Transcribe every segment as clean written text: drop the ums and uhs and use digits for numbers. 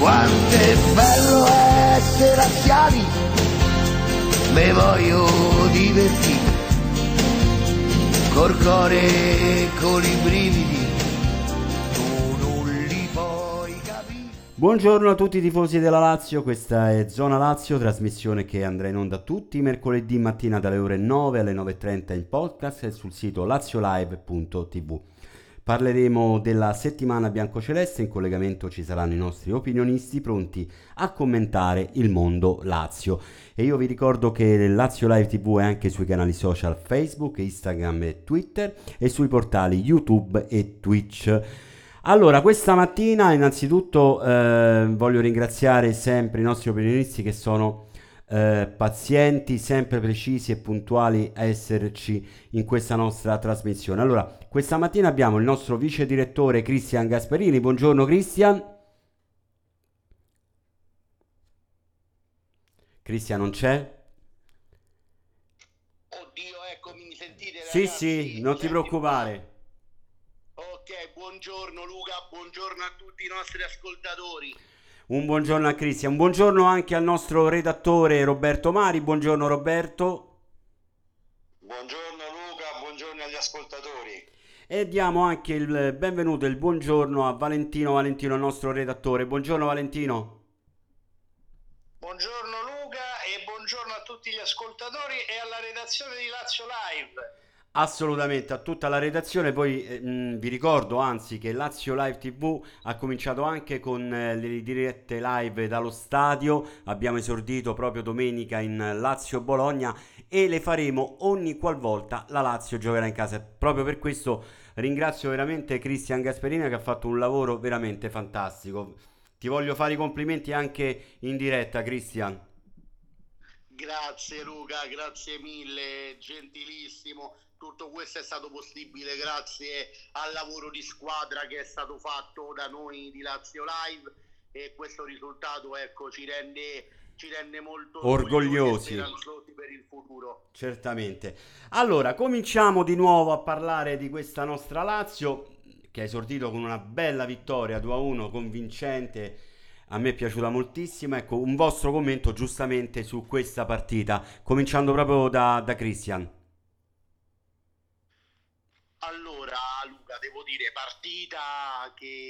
Quanto è bello essere laziali, me voglio divertire, col cuore e con i brividi, tu non li puoi capire. Buongiorno a tutti i tifosi della Lazio, questa è Zona Lazio, trasmissione che andrà in onda tutti i mercoledì mattina dalle ore 9 alle 9.30 in podcast e sul sito laziolive.tv. Parleremo della settimana biancoceleste, in collegamento ci saranno i nostri opinionisti pronti a commentare il mondo Lazio. E io vi ricordo che Lazio Live TV è anche sui canali social Facebook, Instagram e Twitter e sui portali YouTube e Twitch. Allora, questa mattina innanzitutto voglio ringraziare sempre i nostri opinionisti che sono pazienti, sempre precisi e puntuali a esserci in questa nostra trasmissione. Allora, questa mattina abbiamo il nostro vice direttore Cristian Gasperini. Buongiorno Cristian. Cristian non c'è? Oddio, eccomi, mi sentite Sì, ragazzi? sì, non ti preoccupare. Ok, buongiorno Luca, buongiorno a tutti i nostri ascoltatori. Un buongiorno a Cristian, un buongiorno anche al nostro redattore Roberto Mari. Buongiorno Roberto. Buongiorno Luca, buongiorno agli ascoltatori. E diamo anche il benvenuto e il buongiorno a Valentino, il nostro redattore. Buongiorno Valentino. Buongiorno Luca e buongiorno a tutti gli ascoltatori e alla redazione di Lazio Live. Assolutamente, a tutta la redazione. Poi vi ricordo anzi che Lazio Live TV ha cominciato anche con le dirette live dallo stadio. Abbiamo esordito proprio domenica in Lazio-Bologna e le faremo ogni qualvolta la Lazio giocherà in casa. Proprio per questo ringrazio veramente Cristian Gasperini che ha fatto un lavoro veramente fantastico. Ti voglio fare i complimenti anche in diretta, Cristian. Grazie Luca, grazie mille, gentilissimo. Tutto questo è stato possibile grazie al lavoro di squadra che è stato fatto da noi di Lazio Live e questo risultato, ecco, ci rende molto orgogliosi e speranzosi per il futuro. Certamente. Allora, cominciamo di nuovo a parlare di questa nostra Lazio che ha esordito con una bella vittoria 2-1 convincente. A me è piaciuta moltissimo. Ecco, un vostro commento giustamente su questa partita, cominciando proprio da Cristian. Allora, Luca, devo dire, partita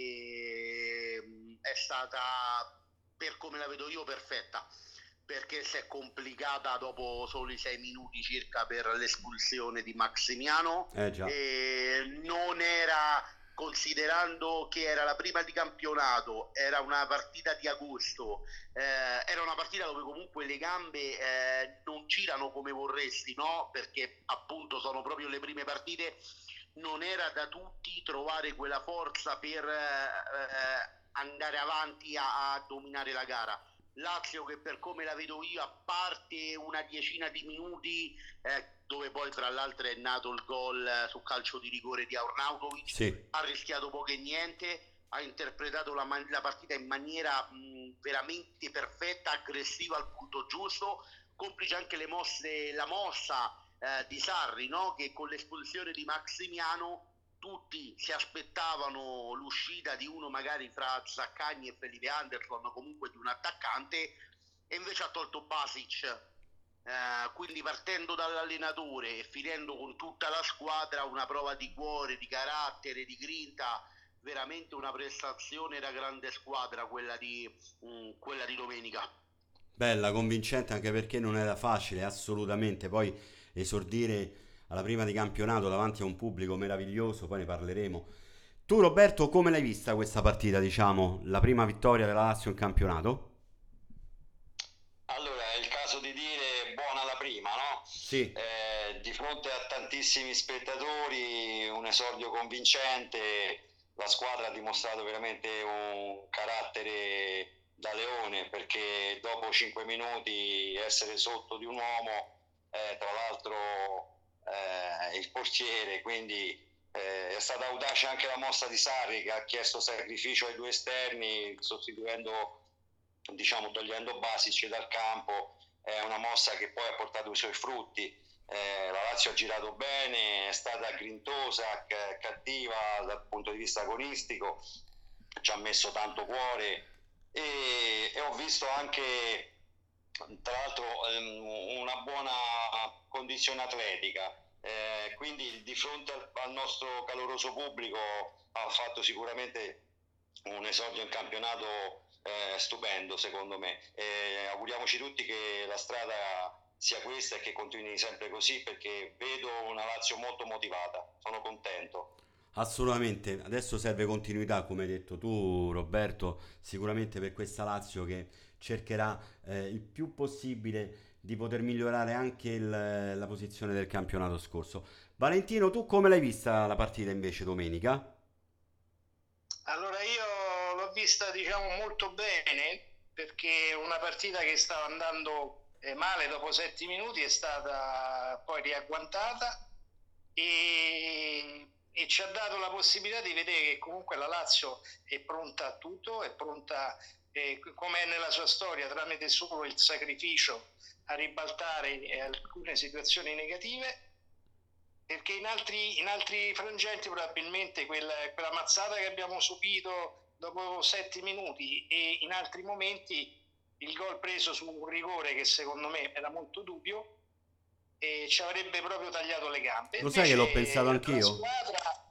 che è stata, per come la vedo io, perfetta, perché si è complicata dopo soli 6 minuti circa per l'espulsione di Maximiano. Già. E non era, considerando che era la prima di campionato, era una partita di agosto, era una partita dove comunque le gambe non girano come vorresti, no? Perché appunto sono proprio le prime partite. Non era da tutti trovare quella forza per andare avanti a dominare la gara. Lazio che, per come la vedo io, a parte una decina di minuti dove poi tra l'altro è nato il gol su calcio di rigore di Arnautovic, sì, ha rischiato poco e niente, ha interpretato la partita in maniera veramente perfetta, aggressiva al punto giusto, complice anche la mossa di Sarri, no? Che con l'espulsione di Maximiano tutti si aspettavano l'uscita di uno magari fra Zaccagni e Felipe Anderson, comunque di un attaccante, e invece ha tolto Basic. Quindi partendo dall'allenatore e finendo con tutta la squadra, una prova di cuore, di carattere, di grinta, veramente una prestazione da grande squadra quella di domenica. Bella, convincente, anche perché non era facile, assolutamente. Poi esordire alla prima di campionato davanti a un pubblico meraviglioso, poi ne parleremo. Tu Roberto, come l'hai vista questa partita, diciamo, la prima vittoria della Lazio in campionato? Allora, è il caso di dire buona la prima, no? Sì. Di fronte a tantissimi spettatori, un esordio convincente, la squadra ha dimostrato veramente un carattere da leone, perché dopo 5 minuti essere sotto di un uomo, tra l'altro il portiere, quindi è stata audace anche la mossa di Sarri, che ha chiesto sacrificio ai due esterni sostituendo, diciamo, togliendo Basic dal campo. È una mossa che poi ha portato i suoi frutti. La Lazio ha girato bene, è stata grintosa, cattiva dal punto di vista agonistico, ci ha messo tanto cuore, e ho visto anche, tra l'altro, una buona condizione atletica. Quindi di fronte al nostro caloroso pubblico ha fatto sicuramente un esordio in campionato stupendo, secondo me. Auguriamoci tutti che la strada sia questa e che continui sempre così, perché vedo una Lazio molto motivata, sono contento. Assolutamente, adesso serve continuità, come hai detto tu, Roberto, sicuramente per questa Lazio che cercherà il più possibile di poter migliorare anche la posizione del campionato scorso. Valentino, tu come l'hai vista la partita invece domenica? Allora io l'ho vista diciamo molto bene perché una partita che stava andando male dopo 7 minuti è stata poi riagguantata e ci ha dato la possibilità di vedere che comunque la Lazio è pronta a tutto, è pronta come è nella sua storia tramite solo il sacrificio a ribaltare alcune situazioni negative perché in altri frangenti probabilmente quella mazzata che abbiamo subito dopo 7 minuti e in altri momenti il gol preso su un rigore che secondo me era molto dubbio e ci avrebbe proprio tagliato le gambe. Lo sai che l'ho Invece pensato la anch'io? squadra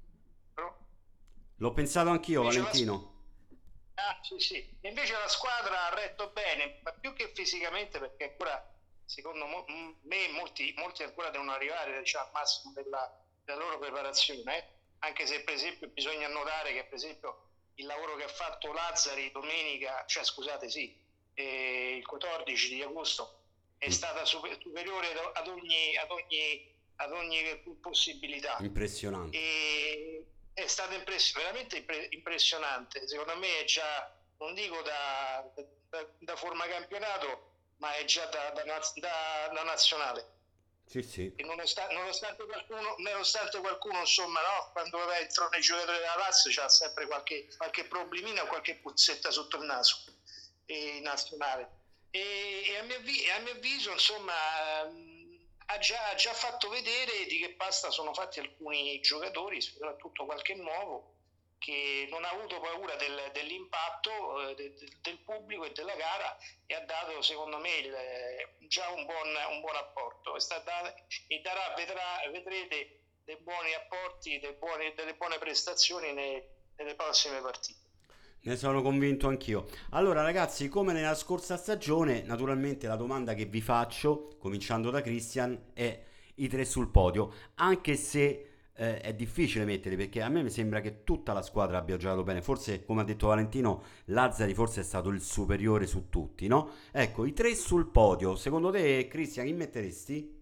L'ho pensato anch'io, invece Valentino. sì, sì. E invece la squadra ha retto bene, ma più che fisicamente perché ancora secondo me molti ancora devono arrivare diciamo, al massimo della loro preparazione, anche se per esempio bisogna notare che per esempio il lavoro che ha fatto Lazzari domenica, cioè scusate sì, il 14 di agosto è stata superiore ad ogni possibilità Impressionante. e è stato veramente impressionante. Secondo me è già, non dico da forma campionato, ma è già da nazionale. Sì, sì. E nonostante qualcuno, insomma, no, quando entrano i giocatori della Lazio c'ha sempre qualche problemina o qualche puzzetta sotto il naso in nazionale. E a mio avviso, insomma, ha già fatto vedere di che pasta sono fatti alcuni giocatori, soprattutto qualche nuovo, che non ha avuto paura dell'impatto del pubblico e della gara e ha dato secondo me già un buon apporto e vedrete dei buoni apporti, delle buone prestazioni nelle prossime partite. Ne sono convinto anch'io. Allora, ragazzi, come nella scorsa stagione, naturalmente la domanda che vi faccio, cominciando da Christian, è i tre sul podio, anche se è difficile metterli, perché a me mi sembra che tutta la squadra abbia giocato bene. Forse, come ha detto Valentino, Lazzari forse è stato il superiore su tutti, no? Ecco, i tre sul podio. Secondo te, Christian, chi metteresti?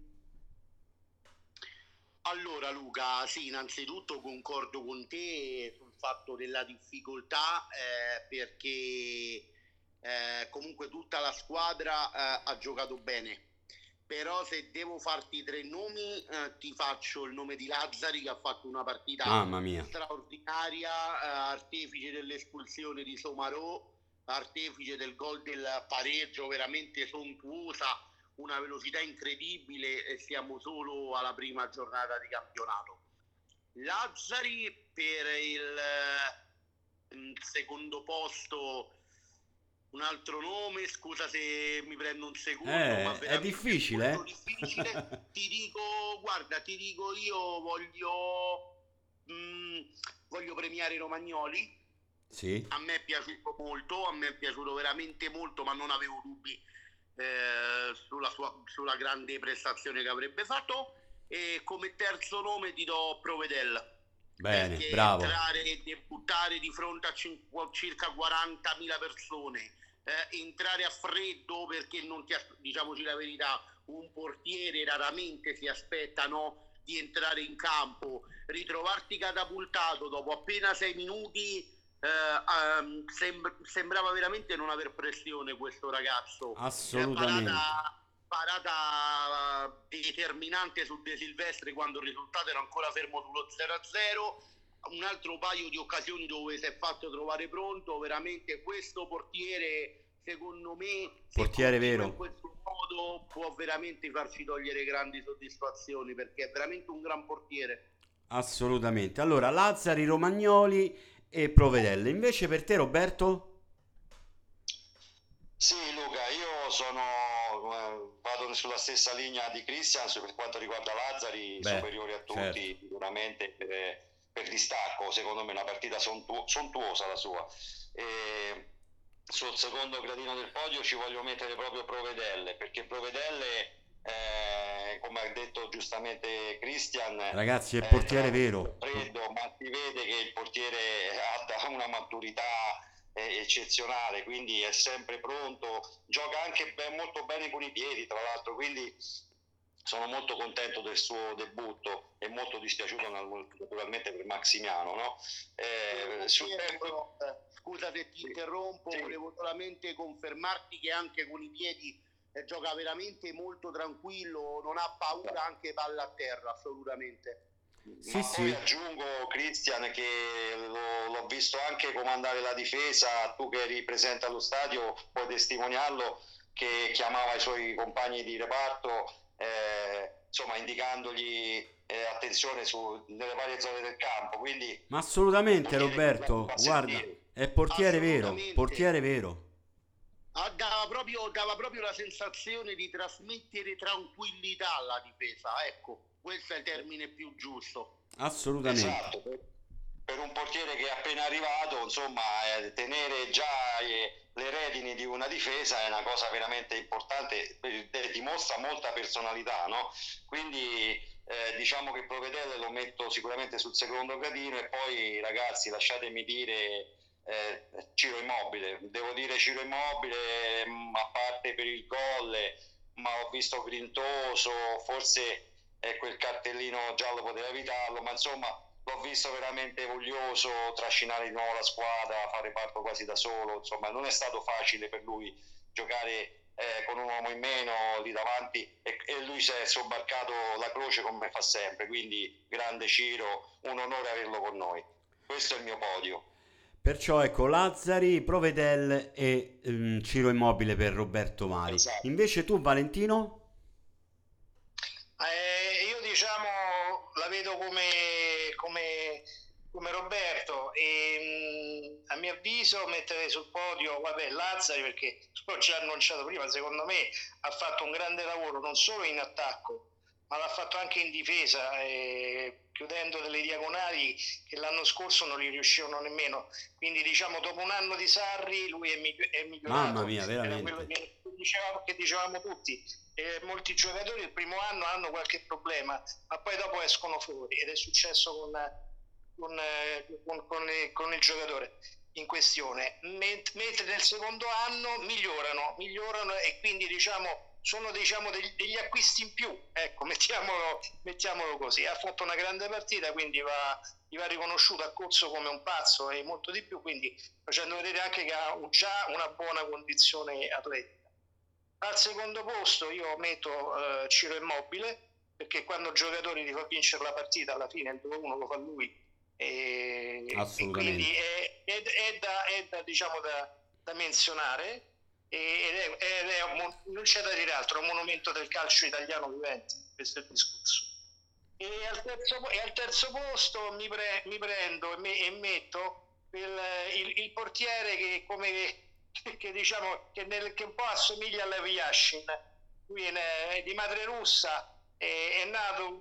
Allora Luca, sì, innanzitutto concordo con te sul fatto della difficoltà perché comunque tutta la squadra ha giocato bene. Però se devo farti tre nomi, ti faccio il nome di Lazzari che ha fatto una partita Mamma mia. straordinaria, artefice dell'espulsione di Somarò, artefice del gol del pareggio veramente sontuosa, una velocità incredibile e siamo solo alla prima giornata di campionato. Lazzari per il secondo posto, un altro nome, scusa se mi prendo un secondo, ma È veramente difficile, molto difficile. Ti dico io voglio premiare Romagnoli. Sì. A me è piaciuto molto, a me è piaciuto veramente molto, ma non avevo dubbi sulla grande prestazione che avrebbe fatto. E come terzo nome ti do Provedel. Bene, Perché bravo. entrare e debuttare di fronte a circa 40.000 persone, entrare a freddo perché diciamoci la verità, un portiere raramente si aspetta, no, di entrare in campo, ritrovarti catapultato dopo appena 6 minuti. Sembrava veramente non aver pressione questo ragazzo. Assolutamente. Parata determinante su De Silvestri quando il risultato era ancora fermo sullo 0-0, un altro paio di occasioni dove si è fatto trovare pronto. Veramente questo portiere, secondo me, Portiere vero. in questo modo può veramente farci togliere grandi soddisfazioni perché è veramente un gran portiere. Assolutamente. Allora, Lazzari, Romagnoli e Provedelle. Invece per te, Roberto? Sì, Luca, vado sulla stessa linea di Christian per quanto riguarda Lazzari, Beh, superiore a certo. tutti, sicuramente per distacco, secondo me una partita sontuosa la sua. E sul secondo gradino del podio ci voglio mettere proprio Provedelle, perché Provedelle, come ha detto giustamente Christian, Ragazzi, è portiere vero. freddo, ma si vede che il portiere ha una maturità eccezionale, quindi è sempre pronto, gioca anche molto bene con i piedi, tra l'altro, quindi sono molto contento del suo debutto e molto dispiaciuto naturalmente per Maximiano, no? Scusa se ti interrompo, sì. Volevo solamente confermarti che anche con i piedi gioca veramente molto tranquillo, non ha paura anche palla a terra, assolutamente. Sì, Ma sì. poi aggiungo, Christian, che l'ho visto anche comandare la difesa, tu che eri presente allo stadio puoi testimoniarlo, che chiamava i suoi compagni di reparto, insomma indicandogli attenzione nelle varie zone del campo, quindi Ma assolutamente, vuol dire che Roberto, fa guarda, sentire. è portiere vero, Assolutamente. portiere vero. Dava proprio la sensazione di trasmettere tranquillità alla difesa, ecco, questo è il termine più giusto. Assolutamente. Esatto, per un portiere che è appena arrivato, insomma, tenere già le redini di una difesa è una cosa veramente importante, dimostra molta personalità, no? Quindi diciamo che Provedelle lo metto sicuramente sul secondo gradino, e poi, ragazzi, lasciatemi dire Ciro Immobile. Devo dire Ciro Immobile, a parte per il gol, ma ho visto grintoso, forse quel cartellino giallo poteva evitarlo, ma insomma l'ho visto veramente voglioso trascinare di nuovo la squadra, fare parto quasi da solo, insomma non è stato facile per lui giocare con un uomo in meno lì davanti, e lui si è sobbarcato la croce come fa sempre, quindi grande Ciro, un onore averlo con noi. Questo è il mio podio. Perciò ecco, Lazzari, Provedel e Ciro Immobile per Roberto Mari. Esatto. Invece tu, Valentino? Io diciamo la vedo come Roberto, e a mio avviso mettere sul podio, vabbè, Lazzari, perché l'ho già annunciato prima, secondo me ha fatto un grande lavoro non solo in attacco, ma l'ha fatto anche in difesa, chiudendo delle diagonali che l'anno scorso non riuscivano nemmeno. Quindi diciamo dopo un anno di Sarri lui è migliorato. Mamma mia, Era veramente. quello che dicevamo tutti. Molti giocatori il primo anno hanno qualche problema, ma poi dopo escono fuori, ed è successo con il giocatore in questione, mentre nel secondo anno migliorano, e quindi sono degli acquisti in più, ecco, mettiamolo così. Ha fatto una grande partita, quindi gli va riconosciuto a corso come un pazzo e molto di più, quindi facendo vedere anche che ha già una buona condizione atletica. Al secondo posto io metto Ciro Immobile, perché quando il giocatore ti fa vincere la partita, alla fine il 2-1 lo fa lui, e quindi è da menzionare, non c'è da dire altro, è un monumento del calcio italiano vivente, questo è il discorso. E al terzo posto mi prendo e metto il portiere che diciamo che un po' assomiglia a Yashin. Lui è di madre russa, è nato,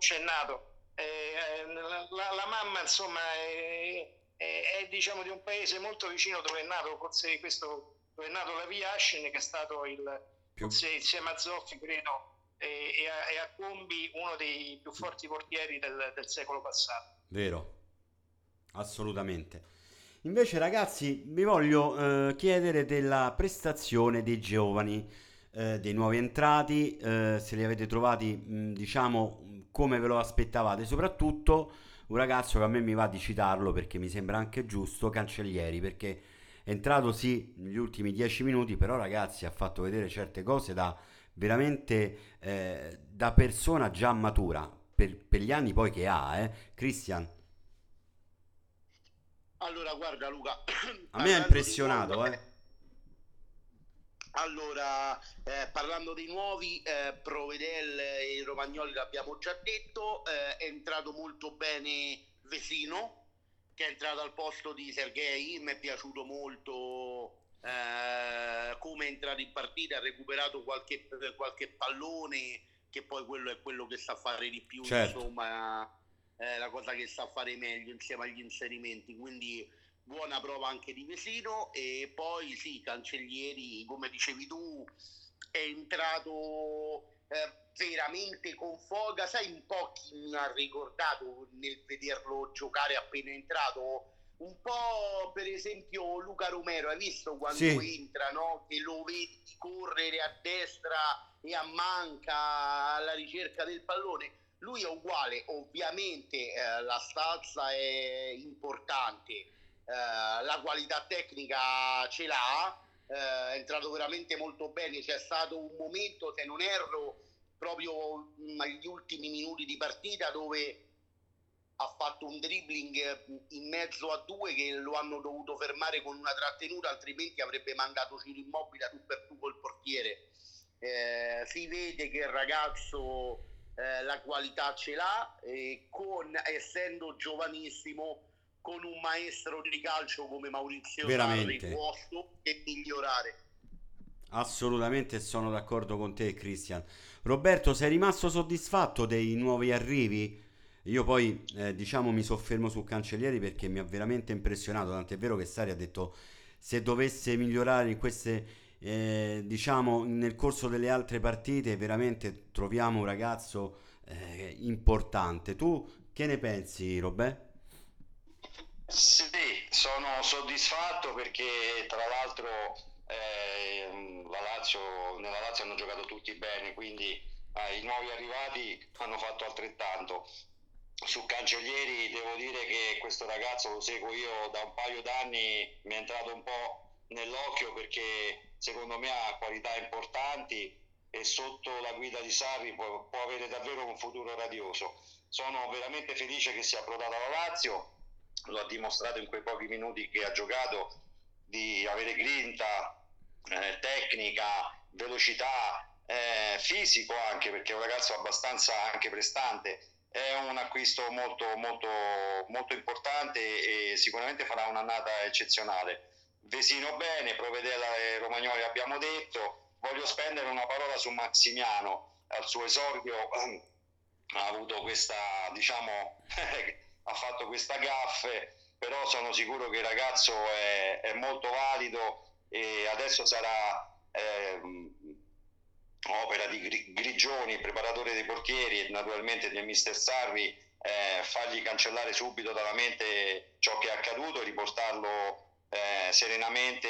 la mamma insomma è diciamo di un paese molto vicino dove è nato, forse questo, dove è nato la Yashin, che è stato forse insieme a Zoffi, credo, e a Combi, uno dei più forti portieri del secolo passato. Vero, assolutamente. Invece, ragazzi, vi voglio chiedere della prestazione dei giovani, dei nuovi entrati, se li avete trovati, diciamo, come ve lo aspettavate. Soprattutto un ragazzo che a me mi va di citarlo perché mi sembra anche giusto, Cancellieri, perché è entrato sì negli ultimi 10 minuti, però ragazzi ha fatto vedere certe cose da veramente da persona già matura, per gli anni poi che ha, Christian. Allora, guarda Luca, A me ha impressionato, Allora, parlando dei nuovi, Provedel e Romagnoli l'abbiamo già detto, è entrato molto bene Vesino, che è entrato al posto di Sergei, mi è piaciuto molto come è entrato in partita, ha recuperato qualche pallone, che poi quello è quello che sa fare di più, Certo. insomma, è la cosa che sa fare meglio insieme agli inserimenti, quindi buona prova anche di Vesino. E poi sì, Cancellieri, come dicevi tu, è entrato veramente con foga. Sai un po' chi mi ha ricordato nel vederlo giocare appena entrato? Un po' per esempio Luca Romero, hai visto quando Sì. entra, no? Che lo vedi correre a destra e a manca alla ricerca del pallone. Lui è uguale, ovviamente la stazza è importante, la qualità tecnica ce l'ha, è entrato veramente molto bene. C'è stato un momento, se non erro, proprio agli ultimi minuti di partita, dove ha fatto un dribbling in mezzo a due che lo hanno dovuto fermare con una trattenuta, altrimenti avrebbe mandato Ciro Immobile a tu per tu col portiere. Si vede che il ragazzo la qualità ce l'ha, essendo giovanissimo, con un maestro di calcio come Maurizio Sarri Veramente. può solo che migliorare. Assolutamente sono d'accordo con te, Christian. Roberto, sei rimasto soddisfatto dei nuovi arrivi? Io poi, diciamo, mi soffermo su Cancellieri perché mi ha veramente impressionato, tant'è vero che Sari ha detto se dovesse migliorare in queste, diciamo, nel corso delle altre partite, veramente troviamo un ragazzo importante. Tu che ne pensi, Robè? Sì, sono soddisfatto perché tra l'altro nella Lazio hanno giocato tutti bene, quindi i nuovi arrivati hanno fatto altrettanto. Su Cancellieri devo dire che questo ragazzo lo seguo io da un paio d'anni, mi è entrato un po' nell'occhio perché secondo me ha qualità importanti e sotto la guida di Sarri può avere davvero un futuro radioso. Sono veramente felice che sia approdato alla Lazio, lo ha dimostrato in quei pochi minuti che ha giocato di avere grinta, tecnica, velocità, fisico anche, perché è un ragazzo abbastanza anche prestante. È un acquisto molto, molto, molto importante e sicuramente farà un'annata eccezionale. Vesino bene, Provedella e Romagnoli abbiamo detto. Voglio spendere una parola su Massimiano. Al suo esordio ha avuto questa, diciamo, ha fatto questa gaffe, però sono sicuro che il ragazzo è molto valido e adesso sarà opera di Grigioni, preparatore dei portieri e naturalmente del mister Sarri, fargli cancellare subito dalla mente ciò che è accaduto e riportarlo serenamente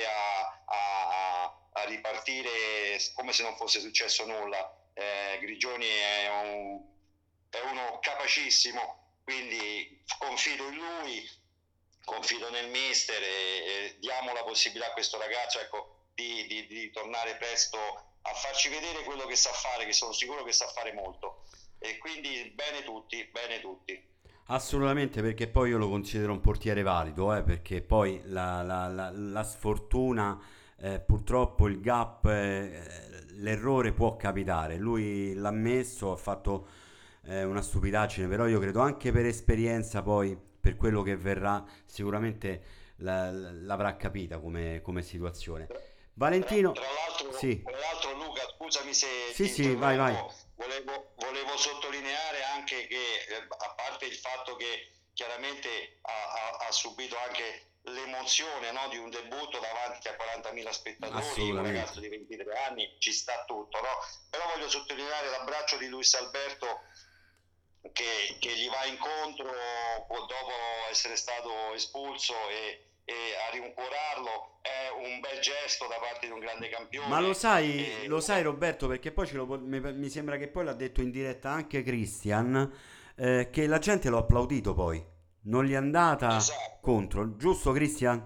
a ripartire come se non fosse successo nulla. Grigioni è uno capacissimo, quindi confido in lui, confido nel mister e diamo la possibilità a questo ragazzo, ecco, di tornare presto a farci vedere quello che sa fare, che sono sicuro che sa fare molto. E quindi bene tutti, bene tutti. Assolutamente, perché poi io lo considero un portiere valido, perché poi la sfortuna, purtroppo il gap, l'errore può capitare. Lui l'ha ammesso, ha fatto una stupidaggine, però io credo anche per esperienza poi, per quello che verrà, sicuramente l'avrà capita come situazione. Valentino, sì, Tra l'altro Luca, scusami se sì, ti sì, vai, vai. interrompo, volevo sottolineare anche che a parte il fatto che chiaramente ha subito anche l'emozione, no, di un debutto davanti a 40.000 spettatori, un ragazzo Assolutamente. di 23 anni, ci sta tutto, no? Però voglio sottolineare l'abbraccio di Luis Alberto che gli va incontro dopo essere stato espulso e a rincuorarlo è un bel gesto da parte di un grande Ma campione. lo sai Roberto, perché poi mi sembra che poi l'ha detto in diretta anche Christian, che la gente l'ha applaudito poi, non gli è andata Esatto. contro, giusto Christian?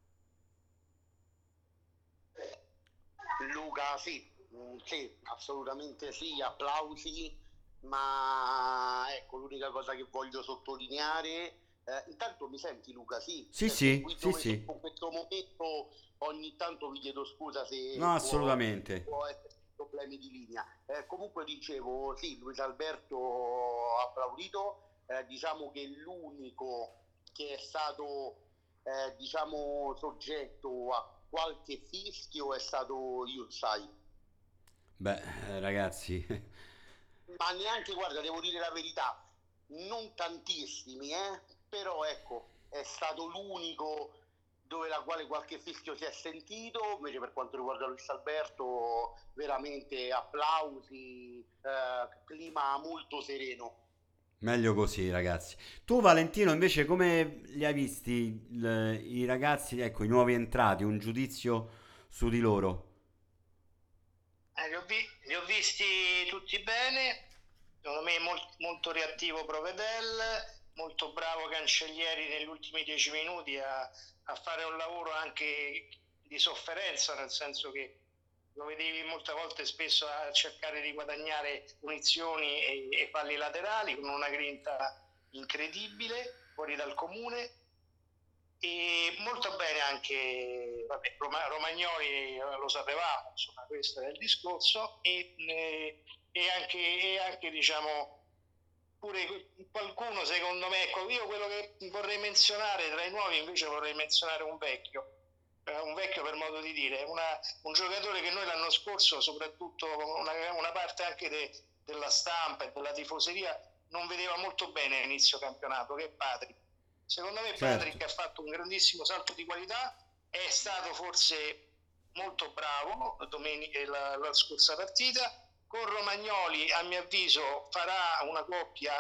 Luca, sì, sì, assolutamente sì, applausi, ma ecco l'unica cosa che voglio sottolineare, intanto mi senti Luca? Sì, Sì, perché sì, qui sì, dove sono sì, in questo momento ogni tanto vi chiedo scusa no, se assolutamente, può essere problemi di linea. Comunque dicevo, sì, Luis Alberto ha applaudito, diciamo che l'unico che è stato diciamo soggetto a qualche fischio è stato, io sai, Beh, ragazzi, ma neanche, guarda, devo dire la verità, non tantissimi, però ecco, è stato l'unico dove la quale qualche fischio si è sentito. Invece per quanto riguarda Luis Alberto, veramente applausi, clima molto sereno. meglio così, ragazzi. Tu, Valentino, invece, come li hai visti i ragazzi, ecco, i nuovi entrati, un giudizio su di loro? Li ho visti tutti bene, secondo me molto reattivo Provedel, molto bravo Cancellieri negli ultimi 10 minuti a fare un lavoro anche di sofferenza, nel senso che lo vedevi molte volte spesso a cercare di guadagnare punizioni e falli laterali con una grinta incredibile, fuori dal comune. E molto bene anche Romagnoli, lo sapevamo, insomma, questo è il discorso, e anche diciamo pure qualcuno, secondo me, ecco, io quello che vorrei menzionare tra i nuovi, invece vorrei menzionare un vecchio per modo di dire, un giocatore che noi l'anno scorso, soprattutto una parte anche della stampa e della tifoseria, non vedeva molto bene all'inizio campionato, che è Patri. Secondo me Certo. Patrick ha fatto un grandissimo salto di qualità, è stato forse molto bravo la scorsa partita. Con Romagnoli, a mio avviso, farà una coppia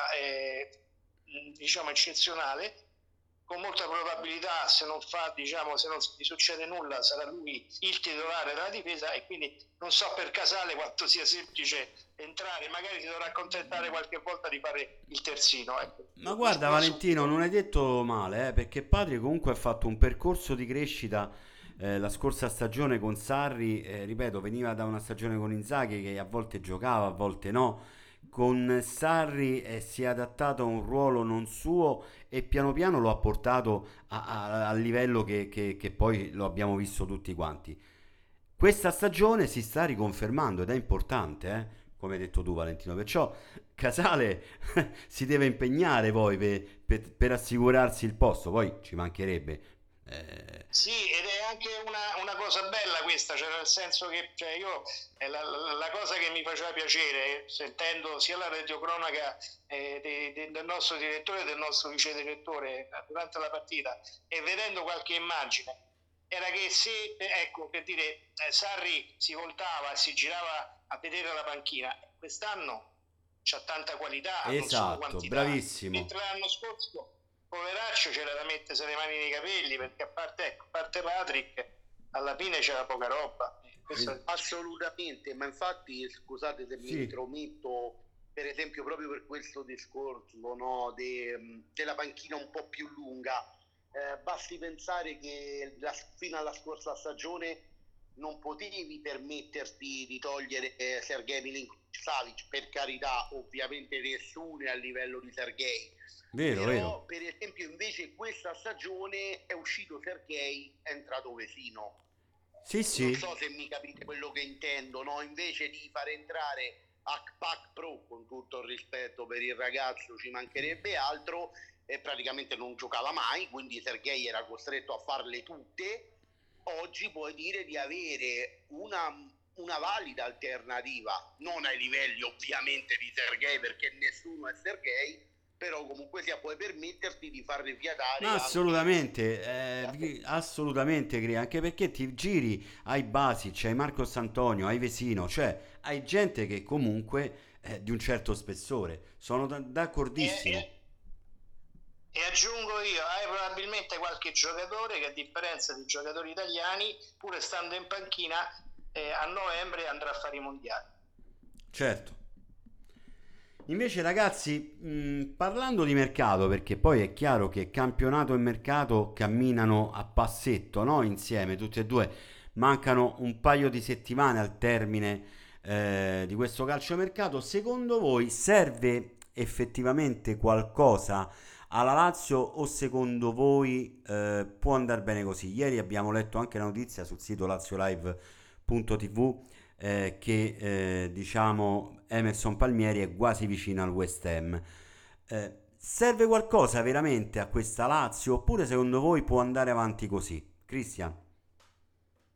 diciamo eccezionale. Con molta probabilità, se non gli succede nulla, sarà lui il titolare della difesa, e quindi non so per Casale quanto sia semplice entrare, magari si dovrà accontentare qualche volta di fare il terzino, ecco. Ma guarda, Valentino, non hai detto male, perché Patri comunque ha fatto un percorso di crescita la scorsa stagione con Sarri, ripeto, veniva da una stagione con Inzaghi che a volte giocava, a volte no. Con Sarri si è adattato a un ruolo non suo e piano piano lo ha portato al livello che poi lo abbiamo visto tutti quanti. Questa stagione si sta riconfermando ed è importante, come hai detto tu, Valentino. Perciò Casale si deve impegnare poi per assicurarsi il posto, poi ci mancherebbe. Sì, ed è anche una cosa bella questa, cioè nel senso che io la cosa che mi faceva piacere, sentendo sia la radiocronaca del nostro direttore e del nostro vice direttore durante la partita e vedendo qualche immagine, era che se, ecco, per dire, Sarri si voltava, si girava a vedere la panchina, quest'anno c'ha tanta qualità, non solo Esatto, quantità, bravissimo. mentre l'anno scorso poveraccio c'era da mettersi le mani nei capelli, perché a parte Patrick alla fine c'era poca roba. Assolutamente, ma infatti scusate se Sì. mi intrometto, per esempio proprio per questo discorso, no, della panchina un po' più lunga, basti pensare che fino alla scorsa stagione non potevi permetterti di togliere Sergej Milinkovic-Savic, per carità, ovviamente nessuno è a livello di Sergej. Vero, Però, vero. per esempio, invece questa stagione è uscito Sergej, è entrato Vesino. Sì, Non sì. so se mi capite quello che intendo, no? Invece di far entrare Akpak Pro, con tutto il rispetto per il ragazzo, ci mancherebbe altro, e praticamente non giocava mai, quindi Sergej era costretto a farle tutte. Oggi puoi dire di avere una valida alternativa, non ai livelli ovviamente di Sergej, perché nessuno è Sergej, però comunque sia puoi permetterti di far rifiatare Ma assolutamente, assolutamente, anche perché ti giri ai Basic, ai Marcos Antonio, ai Vesino, cioè hai gente che comunque è di un certo spessore. Sono d'accordissimo. E aggiungo io, hai probabilmente qualche giocatore che, a differenza di giocatori italiani, pur stando in panchina, a novembre andrà a fare i mondiali. Certo. Invece ragazzi, parlando di mercato, perché poi è chiaro che campionato e mercato camminano a passetto, no? Insieme, tutti e due. Mancano un paio di settimane al termine di questo calciomercato. Secondo voi serve effettivamente qualcosa alla Lazio o secondo voi può andare bene così? Ieri abbiamo letto anche la notizia sul sito laziolive.tv che diciamo Emerson Palmieri è quasi vicino al West Ham. Serve qualcosa veramente a questa Lazio oppure secondo voi può andare avanti così? Cristian?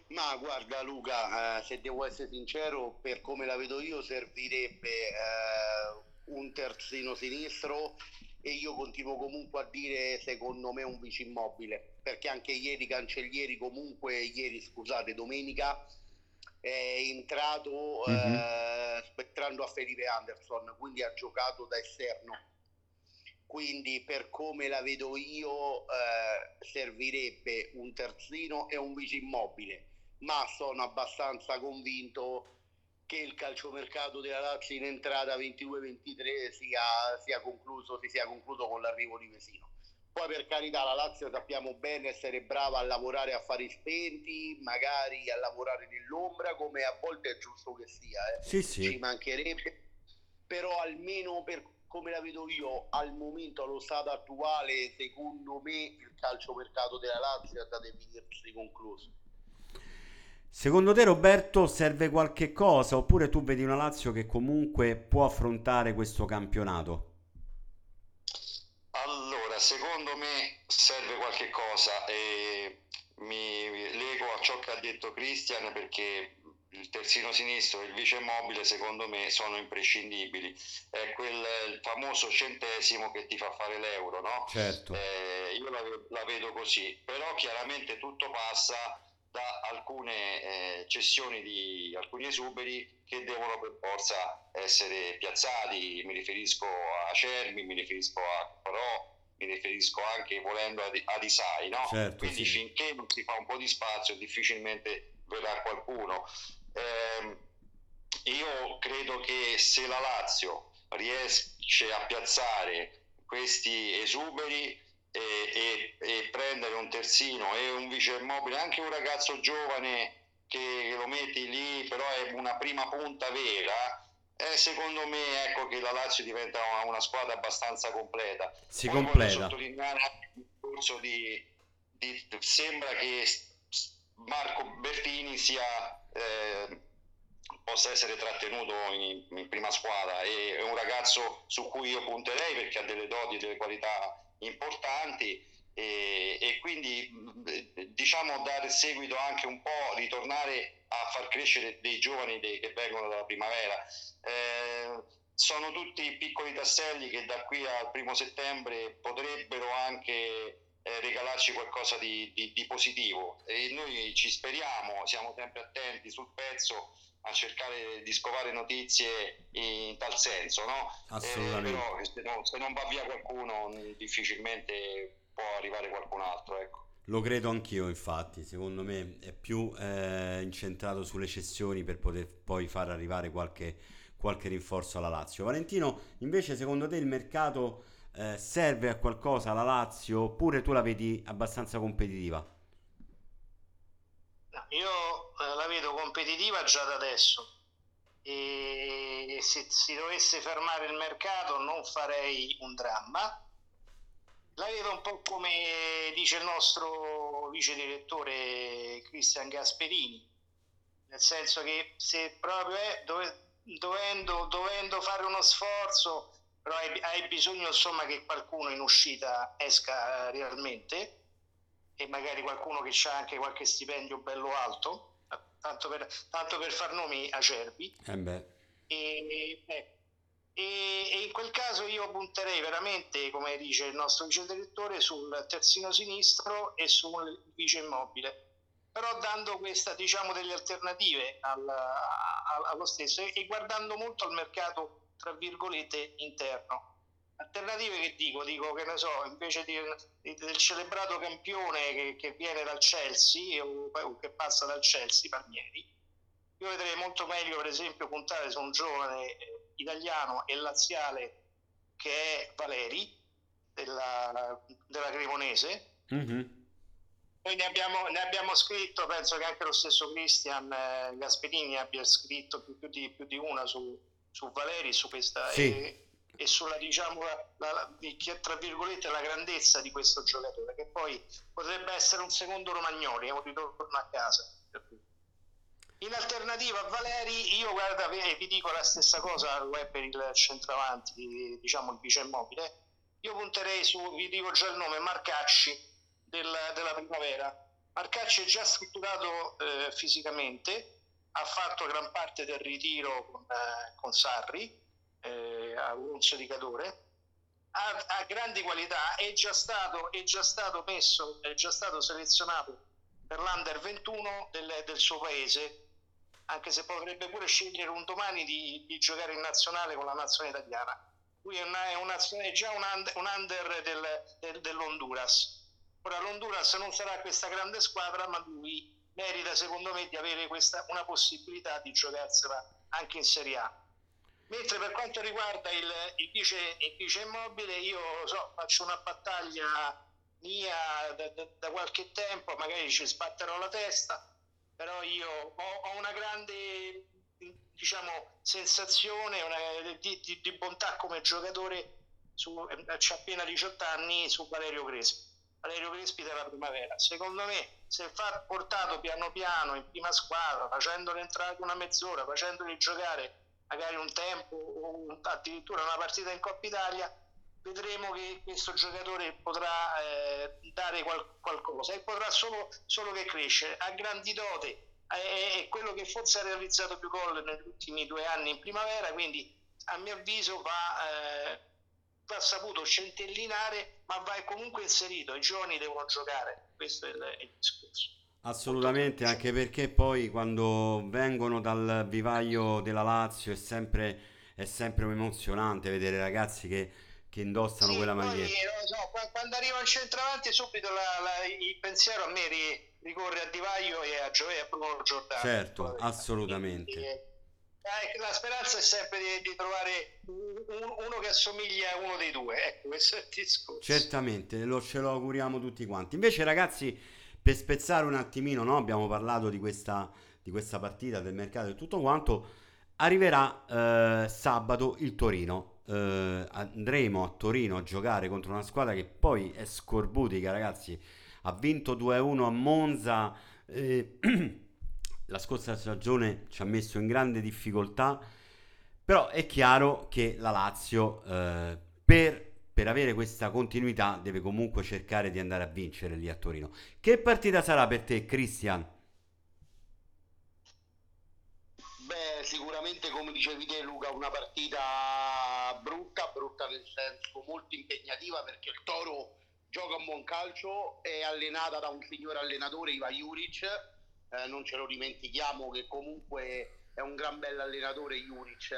Ma guarda Luca, se devo essere sincero, per come la vedo io servirebbe un terzino sinistro, e io continuo comunque a dire secondo me un vice Immobile, perché anche ieri Cancellieri, scusate, domenica è entrato spettrando a Felipe Anderson, quindi ha giocato da esterno. Quindi per come la vedo io servirebbe un terzino e un vice Immobile, ma sono abbastanza convinto che il calciomercato della Lazio in entrata 22-23 si sia concluso con l'arrivo di Vesino. Poi per carità, la Lazio sappiamo bene essere brava a lavorare a fari spenti, magari a lavorare nell'ombra, come a volte è giusto che sia, ci mancherebbe, però almeno per come la vedo io al momento, allo stato attuale, secondo me il calciomercato della Lazio è da definirsi concluso. Secondo te, Roberto, serve qualche cosa oppure tu vedi una Lazio che comunque può affrontare questo campionato? Allora, secondo me serve qualche cosa e mi lego a ciò che ha detto Christian, perché il terzino sinistro e il vice Immobile secondo me sono imprescindibili. È il famoso centesimo che ti fa fare l'euro, no? Certo. Io la vedo così, però chiaramente tutto passa da alcune cessioni di alcuni esuberi che devono per forza essere piazzati. Mi riferisco a Acerbi, mi riferisco a Però, mi riferisco anche, volendo, a Isai, no? Certo, quindi sì. finché non si fa un po' di spazio difficilmente verrà qualcuno. Io credo che se la Lazio riesce a piazzare questi esuberi e prendere un terzino e un vice Immobile, anche un ragazzo giovane che lo metti lì, però è una prima punta vera, secondo me ecco che la Lazio diventa una squadra abbastanza completa. Si Poi voglio completa. sottolineare anche il discorso sembra che Marco Bertini possa essere trattenuto in prima squadra, è un ragazzo su cui io punterei perché ha delle doti e delle qualità importanti, e quindi diciamo dare seguito anche un po', ritornare a far crescere dei giovani che vengono dalla primavera. Sono tutti piccoli tasselli che da qui al 1° settembre potrebbero anche regalarci qualcosa di positivo, e noi ci speriamo, siamo sempre attenti sul pezzo a cercare di scovare notizie in tal senso, no? Assolutamente. Però se non va via qualcuno difficilmente può arrivare qualcun altro, ecco. Lo credo anch'io, infatti, secondo me è più incentrato sulle cessioni per poter poi far arrivare qualche rinforzo alla Lazio. Valentino, invece, secondo te il mercato serve a qualcosa alla Lazio oppure tu la vedi abbastanza competitiva? No, io la vedo competitiva già da adesso, e se si dovesse fermare il mercato non farei un dramma. La vedo un po' come dice il nostro vice direttore Christian Gasperini, nel senso che se proprio dovendo fare uno sforzo, però hai bisogno insomma che qualcuno in uscita esca realmente, e magari qualcuno che c'ha anche qualche stipendio bello alto, tanto per far nomi, Acerbi. E in quel caso io punterei veramente, come dice il nostro vice direttore, sul terzino sinistro e sul vice Immobile, però dando questa, diciamo, delle alternative allo stesso, e guardando molto al mercato, tra virgolette, interno. Alternative che dico che ne so, invece del celebrato campione che viene dal Chelsea o che passa dal Chelsea, Palmieri, io vedrei molto meglio per esempio puntare su un giovane italiano e laziale che è Valeri della Cremonese. Noi ne abbiamo scritto, penso che anche lo stesso Christian Gasperini abbia scritto più di una su Valeri, su questa, sì. E sulla, diciamo, tra virgolette, la grandezza di questo giocatore, che poi potrebbe essere un secondo Romagnoli, un ritorno a casa. In alternativa a Valeri, io guarda, vi dico la stessa cosa per il centravanti, diciamo il vice Immobile. Io punterei vi dico già il nome, Marcacci della primavera, Marcacci è già strutturato fisicamente, ha fatto gran parte del ritiro con Sarri, a un sedicatore, ha grandi qualità, è già stato selezionato per l'Under 21 del suo paese, anche se potrebbe pure scegliere un domani di giocare in nazionale con la nazionale italiana. Lui è già un under dell'Honduras. Ora l'Honduras non sarà questa grande squadra, ma lui merita secondo me di avere una possibilità di giocarsela anche in Serie A. Mentre per quanto riguarda il vice Immobile, io faccio una battaglia mia da qualche tempo, magari ci sbatterò la testa, però io ho una grande sensazione di bontà come giocatore, c'ha appena 18 anni, su Valerio Crespi della Primavera. Secondo me, se portato piano piano in prima squadra, facendolo entrare una mezz'ora, facendoli giocare magari un tempo o addirittura una partita in Coppa Italia, vedremo che questo giocatore potrà dare qualcosa, e potrà solo che crescere. Ha grandi dote, è quello che forse ha realizzato più gol negli ultimi 2 anni in Primavera, quindi a mio avviso va saputo centellinare, ma va comunque inserito. I giovani devono giocare, questo è il discorso. Assolutamente, anche perché poi quando vengono dal vivaio della Lazio è sempre emozionante vedere ragazzi che indossano quella maglietta. Quando arriva il centravanti subito il pensiero a me ricorre a Di Vaio e a Bruno Giordano. Certo, assolutamente. La speranza è sempre di trovare uno che assomiglia a uno dei due, ecco, questo è il discorso. Certamente, ce lo auguriamo tutti quanti. Invece ragazzi, per spezzare un attimino, no? Abbiamo parlato di questa partita, del mercato e tutto quanto, arriverà sabato il Torino. Andremo a Torino a giocare contro una squadra che poi è scorbutica, ragazzi. Ha vinto 2-1 a Monza. La scorsa stagione ci ha messo in grande difficoltà, però è chiaro che la Lazio per avere questa continuità deve comunque cercare di andare a vincere lì a Torino. Che partita sarà per te, Christian? Beh, sicuramente come dicevi te Luca, una partita brutta nel senso molto impegnativa, perché il Toro gioca un buon calcio, è allenata da un signore allenatore, Iva Juric. Non ce lo dimentichiamo che comunque è un gran bel allenatore Juric,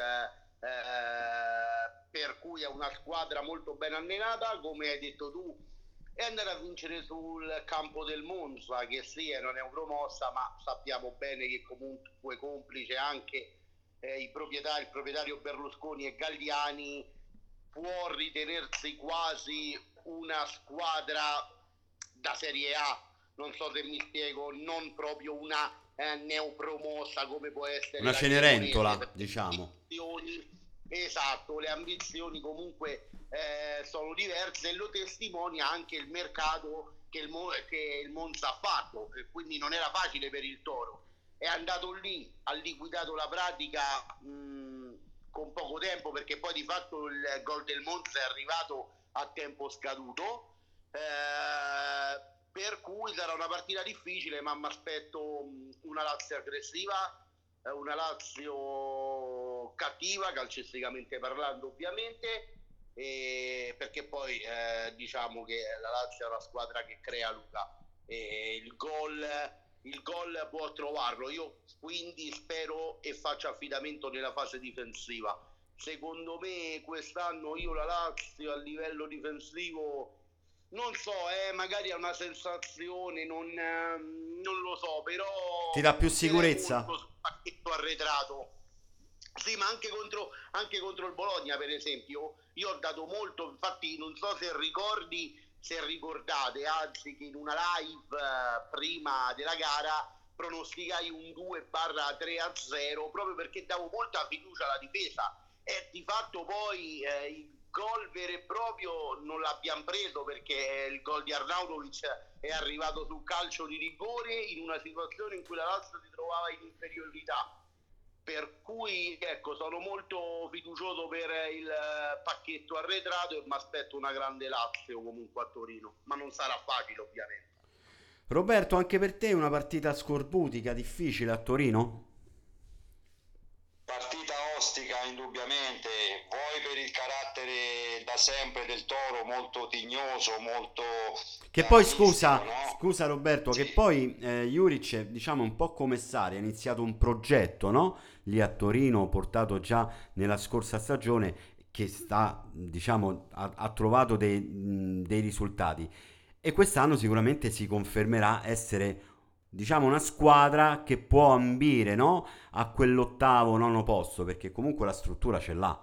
per cui è una squadra molto ben allenata, come hai detto tu, e andare a vincere sul campo del Monza, che sì, è una neopromossa, ma sappiamo bene che comunque complice anche il proprietario Berlusconi e Galliani, può ritenersi quasi una squadra da Serie A. Non so se mi spiego, non proprio una neopromossa come può essere una Cenerentola, diciamo. Esatto, le ambizioni comunque sono diverse, e lo testimonia anche il mercato che il Monza ha fatto, quindi non era facile per il Toro. È andato lì, ha liquidato la pratica con poco tempo, perché poi di fatto il gol del Monza è arrivato a tempo scaduto. Per cui sarà una partita difficile, ma mi aspetto una Lazio aggressiva, una Lazio cattiva, calcisticamente parlando ovviamente, perché poi diciamo che la Lazio è una squadra che crea, Luca, e il gol può trovarlo. Io quindi spero e faccio affidamento nella fase difensiva. Secondo me quest'anno la Lazio a livello difensivo, non so, magari è una sensazione, non lo so, però ti dà più sicurezza? Molto pacchetto arretrato. Sì, ma anche contro il Bologna, per esempio, io ho dato molto, infatti non so se ricordate, anzi, che in una live prima della gara pronosticai un 2/3-0, proprio perché davo molta fiducia alla difesa, e di fatto poi il gol vero e proprio non l'abbiamo preso, perché il gol di Arnautovic è arrivato sul calcio di rigore in una situazione in cui la Lazio si trovava in inferiorità, per cui ecco, sono molto fiducioso per il pacchetto arretrato e mi aspetto una grande Lazio comunque a Torino, ma non sarà facile ovviamente. Roberto, anche per te una partita scorbutica, difficile a Torino? Partita ostica indubbiamente, vuoi per il carattere da sempre del Toro, molto tignoso, molto Che poi agonistico, no? scusa Roberto, che Sì. poi Juric, diciamo un po' come Sarri, ha iniziato un progetto, no? Lì a Torino, portato già nella scorsa stagione, che sta, diciamo, ha trovato dei risultati. E quest'anno sicuramente si confermerà essere, diciamo, una squadra che può ambire, no? A quell'ottavo, nono posto, perché comunque la struttura ce l'ha.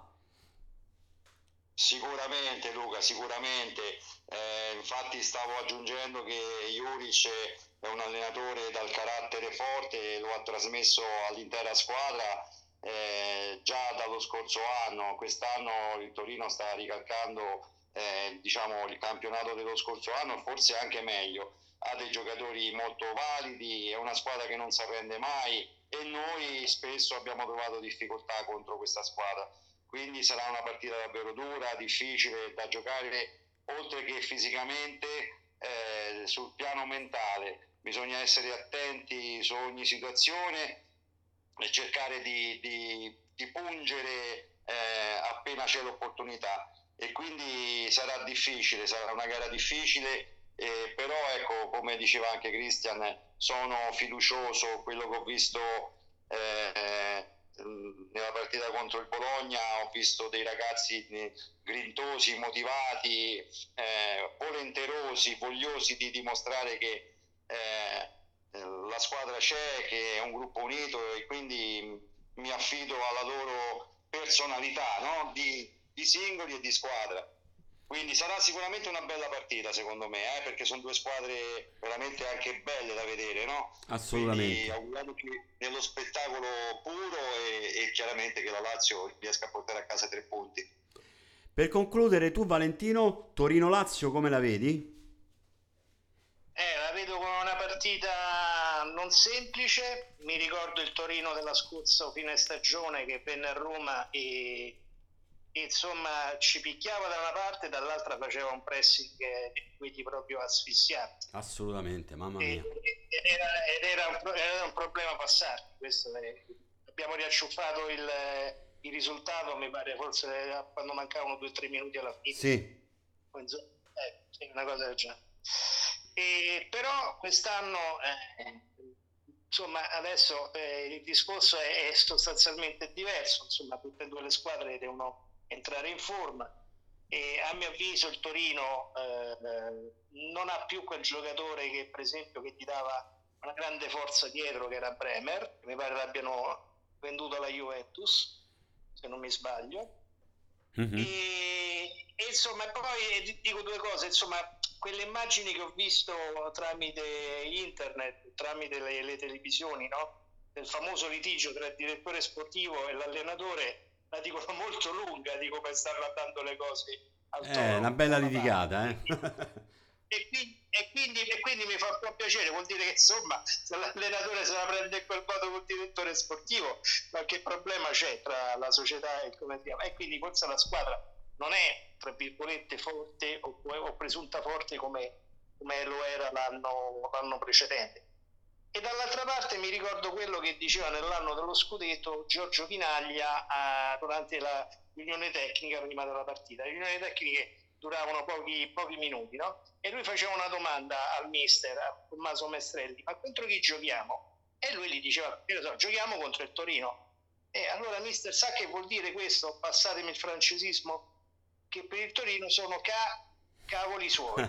Sicuramente Luca, sicuramente. Infatti stavo aggiungendo che Juric è un allenatore dal carattere forte, lo ha trasmesso all'intera squadra già dallo scorso anno. Quest'anno il Torino sta ricalcando diciamo, il campionato dello scorso anno, forse anche meglio. Ha dei giocatori molto validi, è una squadra che non si arrende mai e noi spesso abbiamo trovato difficoltà contro questa squadra. Quindi sarà una partita davvero dura, difficile da giocare, oltre che fisicamente, sul piano mentale. Bisogna essere attenti su ogni situazione e cercare di pungere appena c'è l'opportunità. E quindi sarà difficile, sarà una gara difficile, però ecco, come diceva anche Christian, sono fiducioso. Quello che ho visto nella partita contro il Bologna, ho visto dei ragazzi grintosi, motivati, volenterosi, vogliosi di dimostrare che la squadra c'è, che è un gruppo unito, e quindi mi affido alla loro personalità, no? Di singoli e di squadra. Quindi sarà sicuramente una bella partita secondo me, perché sono due squadre veramente anche belle da vedere, no? Quindi Assolutamente. auguriamoci nello spettacolo puro e chiaramente che la Lazio riesca a portare a casa 3 punti. Per concludere, tu Valentino, Torino-Lazio come la vedi? La vedo come una partita non semplice. Mi ricordo il Torino della scorsa fine stagione che venne a Roma e insomma ci picchiava da una parte, dall'altra faceva un pressing quelli proprio asfissianti. Assolutamente, mamma Ed mia. era un problema passarti. Abbiamo riacciuffato il risultato, mi pare, forse quando mancavano 2 o 3 minuti alla fine. Sì. Sì, una cosa del genere. Però quest'anno, insomma, adesso il discorso è sostanzialmente diverso. Insomma, tutte e due le squadre devono entrare in forma e a mio avviso il Torino non ha più quel giocatore che, per esempio, che ti dava una grande forza dietro, che era Bremer, che mi pare l'abbiano venduto alla Juventus, se non mi sbaglio. Mhm. E insomma, poi dico due cose, insomma, quelle immagini che ho visto tramite internet, tramite le televisioni, no? Del famoso litigio tra il direttore sportivo e l'allenatore, la dicono molto lunga di come stanno andando le cose al Una Toro bella da una litigata, parte. E quindi mi fa un po' piacere, vuol dire che insomma se l'allenatore se la prende quel modo col direttore sportivo, qualche problema c'è tra la società e come si chiama, e quindi forse la squadra non è tra virgolette forte o presunta forte come lo era l'anno precedente. E dall'altra parte mi ricordo quello che diceva nell'anno dello scudetto Giorgio Chinaglia durante la riunione tecnica prima della partita. Le riunioni tecniche duravano pochi minuti, no? E lui faceva una domanda al mister, a Tommaso Mestrelli: ma contro chi giochiamo? E lui gli diceva: io so, giochiamo contro il Torino. E allora mister, sa che vuol dire questo? Passatemi il francesismo, che per il Torino sono cavoli suoi.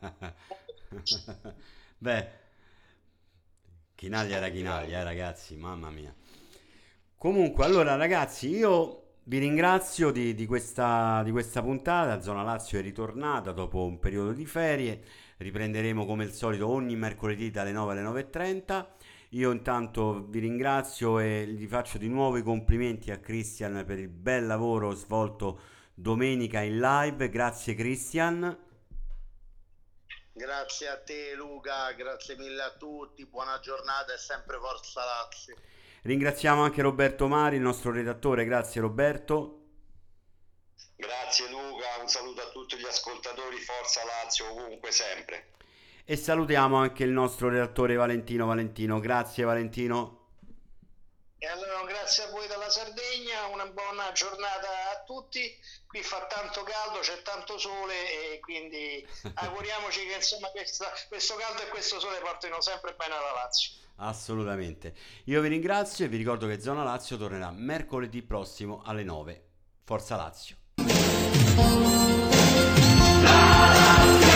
Beh, Chinaglia era Chinaglia, ragazzi, mamma mia. Comunque, allora ragazzi, io vi ringrazio di questa puntata. Zona Lazio è ritornata dopo un periodo di ferie. Riprenderemo come al solito ogni mercoledì dalle 9 alle 9:30. Io intanto vi ringrazio e gli faccio di nuovo i complimenti a Christian per il bel lavoro svolto domenica in live. Grazie Christian. Grazie a te Luca, grazie mille a tutti, buona giornata e sempre forza Lazio. Ringraziamo anche Roberto Mari, il nostro redattore. Grazie Roberto. Grazie Luca, un saluto a tutti gli ascoltatori, forza Lazio ovunque sempre. E salutiamo anche il nostro redattore Valentino Valentino. Grazie Valentino. E allora grazie a voi dalla Sardegna, una buona giornata a tutti. Qui fa tanto caldo, c'è tanto sole e quindi auguriamoci che insomma questo caldo e questo sole portino sempre bene alla Lazio. Assolutamente. Io vi ringrazio e vi ricordo che Zona Lazio tornerà mercoledì prossimo alle 9. Forza Lazio.